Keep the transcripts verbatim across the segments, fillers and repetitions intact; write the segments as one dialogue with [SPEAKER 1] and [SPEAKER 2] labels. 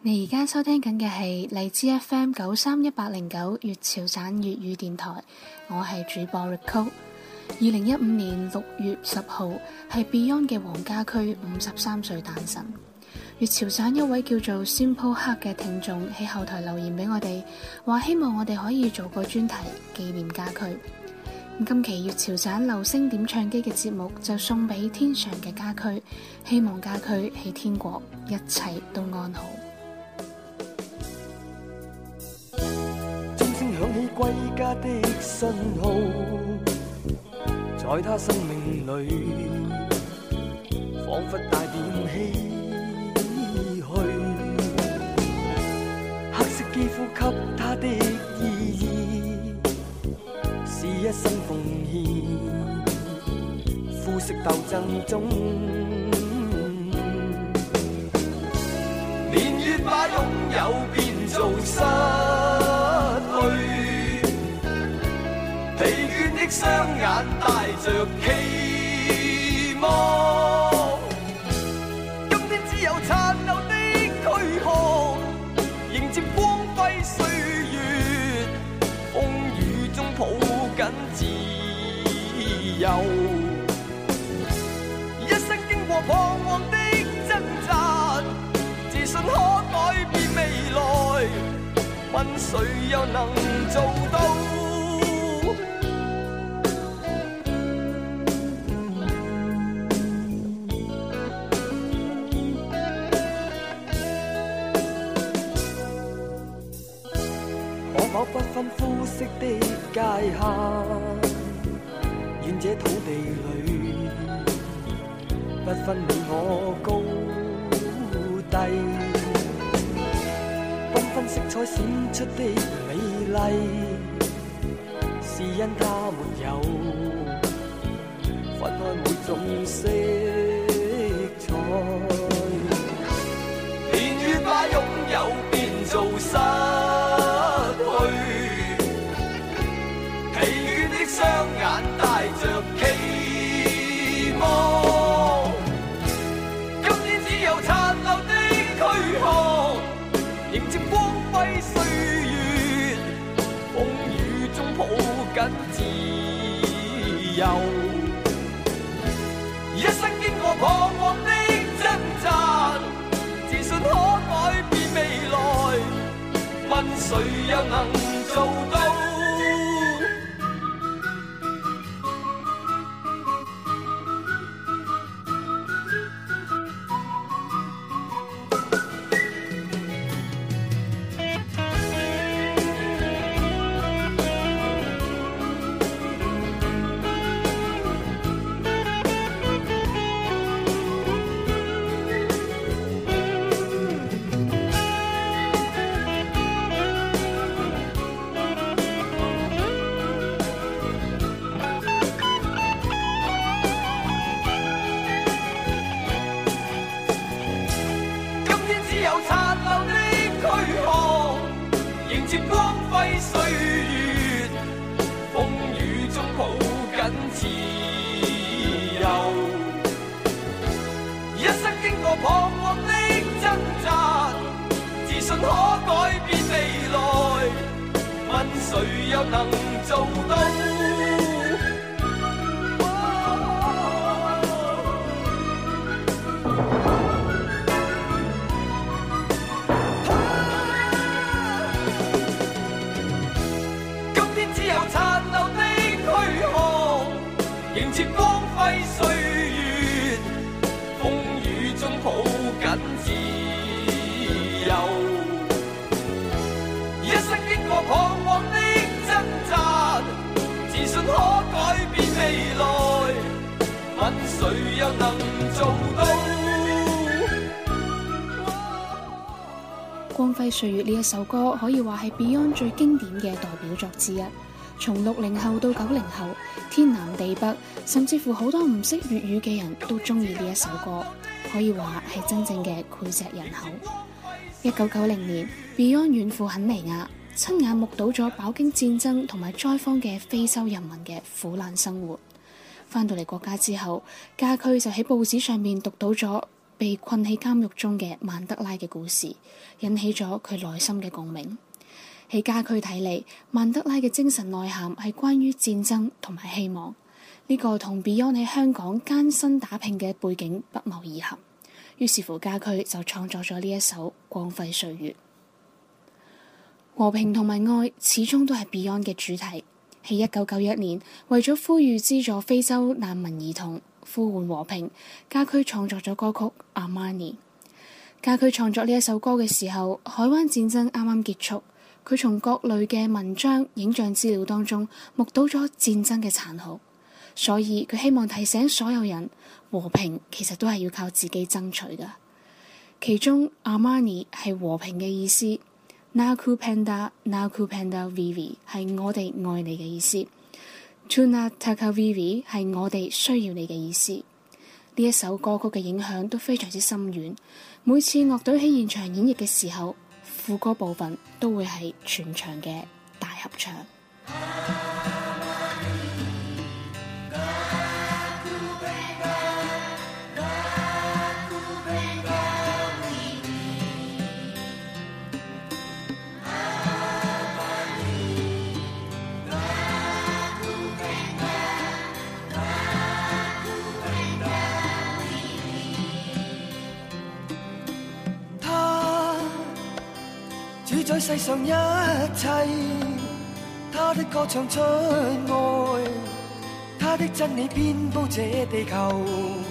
[SPEAKER 1] 你而家收聽緊嘅係荔枝 F M 九三一八零九粵潮省粵語電台，我係主播 Rico。二零一五年六月十號係 Beyond 嘅黃家駒五十三歲誕辰。粵潮省一位叫做 Simple 黑嘅聽眾喺後台留言俾我哋，話希望我哋可以做個專題紀念家駒。今期粵潮省流星點唱機嘅節目就送俾天上嘅家駒，希望家駒喺天國一切都安好。
[SPEAKER 2] 響起歸家的信號，在他生命裏彷彿帶點唏噓。黑色肌膚給他的意義是一生奉獻，膚色鬥爭中年月把擁有變做失去，疲倦的雙眼帶着期望，今天只有殘留的軀殼迎接光輝歲月，風雨中抱緊自由，一生經過彷徨的掙扎，自信可改變未來，問誰又能做到？可否不分膚色的界限，願這土地裏不分你我高低，繽紛色彩閃出的美麗，是因它沒有分開每種色彩。年月把擁有變做失去，疲倦的雙眼帶着期望，今天只有殘留的軀殼迎接光輝歲月，風雨中抱緊自由，一生經過彷徨的掙扎，自信可改變未來，問誰又能做到？接光輝歲月，風雨中抱緊自由，一生經過彷徨的掙扎，自信可改變未來，問誰又能做到？迎接光輝歲月，風雨中抱緊自由，一生經過彷徨的掙扎，自信可改變未來，問誰又能做到？
[SPEAKER 1] 光輝歲月呢一首歌可以話係 Beyond 最經典嘅代表作之一。從六零後到九零後，天南地北，甚至乎好多唔識粵語嘅人都中意呢一首歌，可以話係真正嘅膾炙人口。一九九零年 ，Beyond 遠赴肯尼亞，親眼目睹咗飽經戰爭同埋災荒嘅非洲人民嘅苦難生活。翻到嚟國家之後，家駒就喺報紙上面讀到咗被困喺監獄中嘅曼德拉嘅故事，引起咗佢內心嘅共鳴。喺家駒睇嚟，曼德拉嘅精神內涵係關於戰爭同埋希望，呢、這個同 Beyond 喺香港艱辛打拼嘅背景不謀而合。於是乎，家駒就創作咗呢一首《光輝歲月》。和平同埋愛始終都係 Beyond 嘅主題。喺一九九一年，為咗呼籲資助非洲難民兒童、呼喚和平，家駒創作咗歌曲《阿瑪尼》。家駒創作呢一首歌嘅時候，海灣戰爭啱啱結束，佢從各類嘅文章、影像資料當中目睹咗戰爭嘅殘酷，所以佢希望提醒所有人，和平其實都係要靠自己爭取㗎。其中阿瑪尼係和平嘅意思。Nakupenda Nakupenda Vivi 係我哋愛你嘅意思。Tunataka Vivi 係我哋需要你嘅意思。呢一首歌曲嘅影響都非常之深遠。每次樂隊喺現場演繹嘅時候，副歌部分都會係全場嘅大合唱。
[SPEAKER 2] 主宰世上一切，他的歌唱出愛，他的真理遍佈這地球。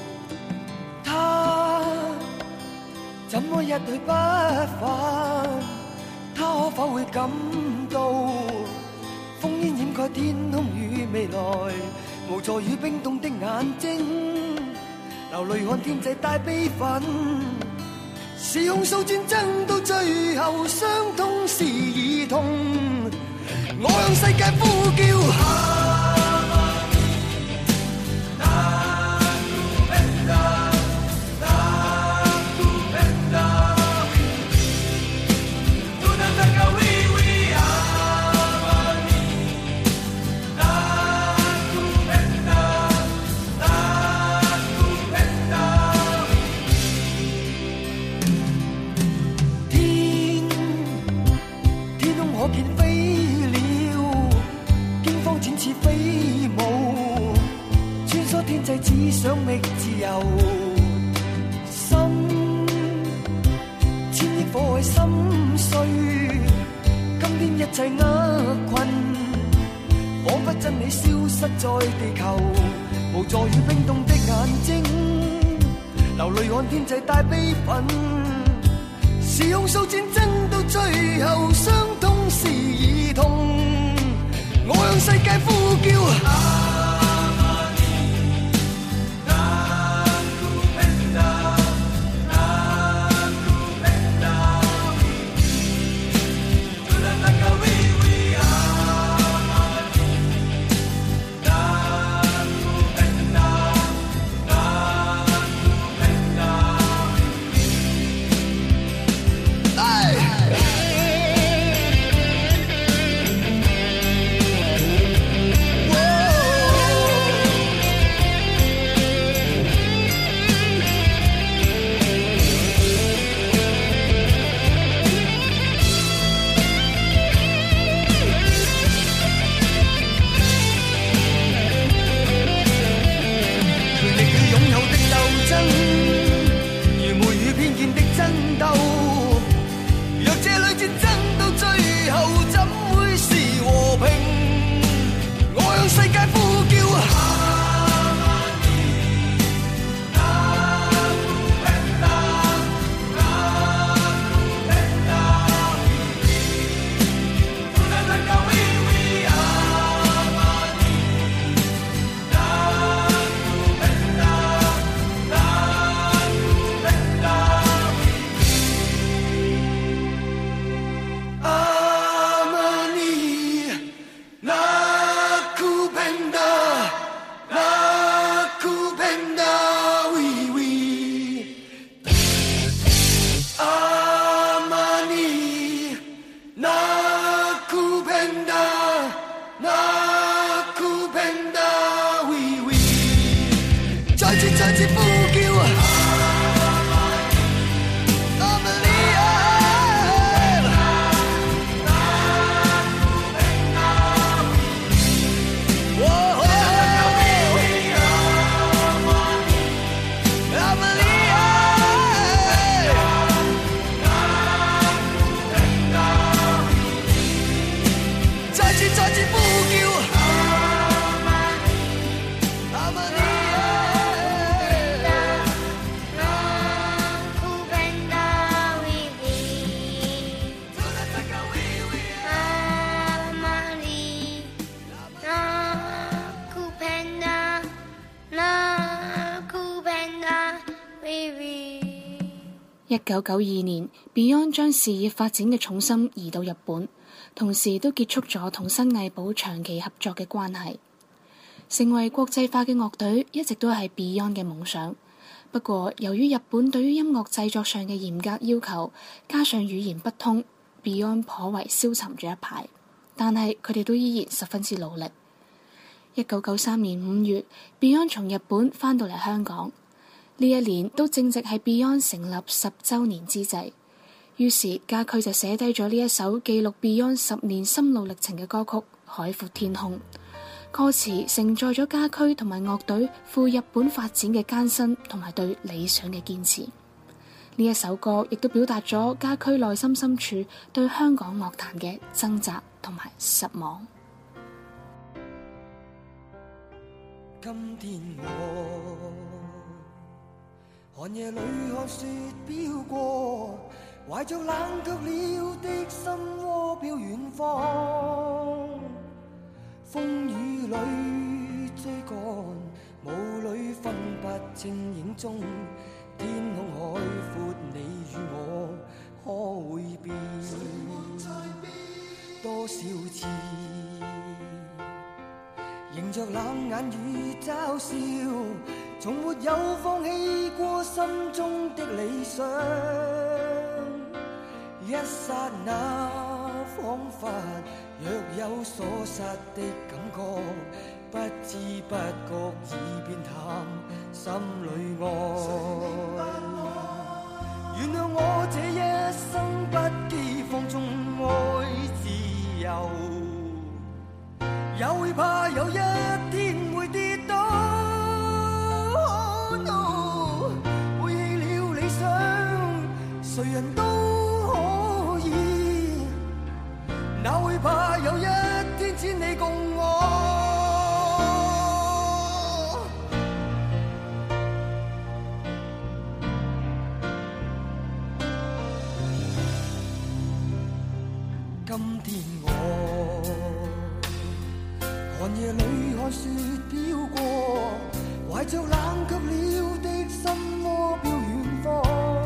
[SPEAKER 2] 他怎麼一去不返？他可否會感到烽煙掩蓋天空與未來，無助與冰凍的眼睛，流淚看天際帶悲憤。是控訴戰爭到最後，傷痛是兒童。我向世界呼叫。只想覓自由，心千億火海心碎，今天一切厄困，彷彿真理消失在地球，無助與冰凍的眼睛，流淚看天際帶悲憤，是控訴戰爭到最後，傷痛是兒童，我向世界呼叫。
[SPEAKER 1] 一九九二年 Beyond 將事業發展嘅重心移到日本，同時都結束咗同新藝寶長期合作嘅關係。成為國際化嘅樂隊一直都係 Beyond 嘅夢想。不過由於日本對於音樂製作上嘅嚴格要求，加上語言不通， Beyond 頗為消沉咗一排。但係佢哋都依然十分之努力。一九九三年五月 Beyond 從日本返到嚟香港，呢一年都正值係 Beyond 成立十週年之際，於是家駒就寫低咗呢一首記錄 Beyond 十年心路歷程嘅歌曲《海闊天空》。歌詞承載咗家駒同埋樂隊赴日本發展嘅艱辛同埋對理想嘅堅持。呢一首歌亦都表達咗家駒內心深處對香港樂壇嘅掙扎同埋失望。
[SPEAKER 2] 今天我寒夜裏看雪飄過，懷着冷卻了的心窩飄遠方。風雨裏追趕，霧裏分不清影蹤。天空海闊，你與我可會變？多少次迎着冷眼與嘲笑，從沒有放棄過心中的理想。一剎那彷彿若有所失的感覺，不知不覺已變淡心裏愛。原諒我這一生不羈放縱愛自由，也會怕有一天會跌倒。Oh no， 背棄了理想，誰人都可以，哪會怕有一天只你共我。今天我寒夜裏看雪飄過，懷着冷卻了的心窩飄遠方。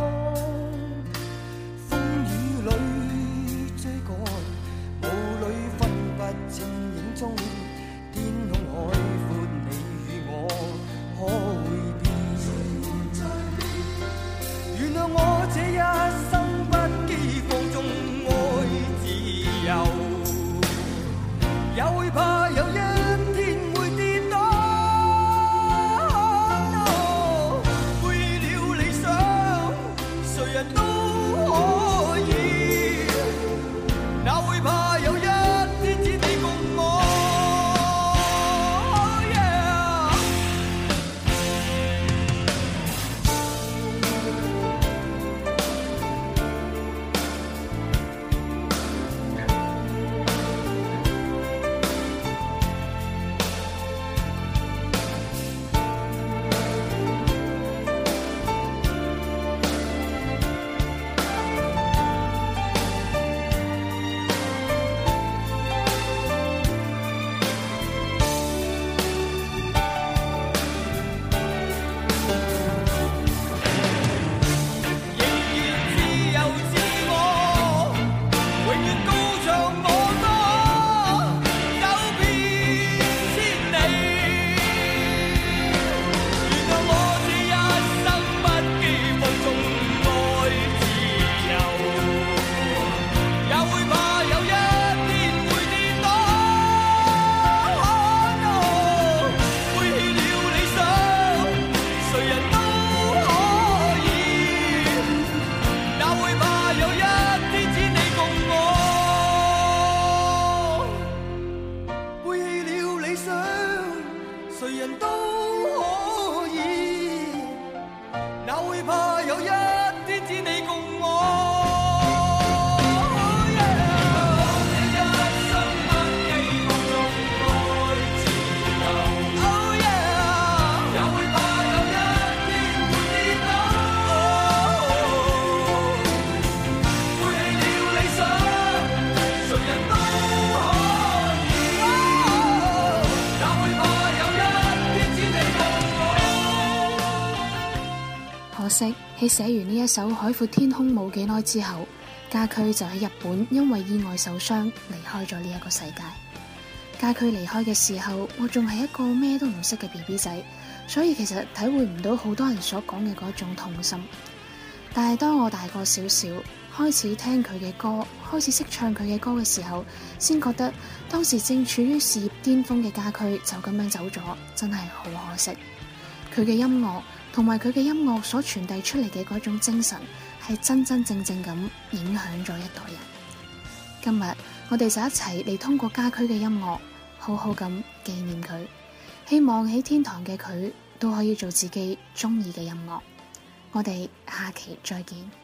[SPEAKER 2] 風雨裏追趕，霧裏分不清影蹤。天空海闊，你與我可會變？原諒我這一生不羈放縱愛自由，也會怕有一天會跌倒。Oh no，背棄了理
[SPEAKER 1] 惜喺寫完呢一首《海闊天空》冇幾耐之後，家駒就喺日本因為意外受傷離開咗呢一個世界。家駒離開嘅時候，我仲係一個咩都唔識嘅 B B 仔，所以其實體會唔到好多人所講嘅嗰種痛心。但係當我大個少少，開始聽佢嘅歌，開始識唱佢嘅歌嘅時候，先覺得當時正處於事業巔峰嘅家駒就咁樣走咗，真係好可惜。佢嘅音樂同埋佢嘅音樂所傳遞出嚟嘅嗰種精神，係真真正正咁影響咗一代人。今日我哋就一齊嚟通過家駒嘅音樂，好好咁紀念佢。希望喺天堂嘅佢都可以做自己中意嘅音樂。我哋下期再見。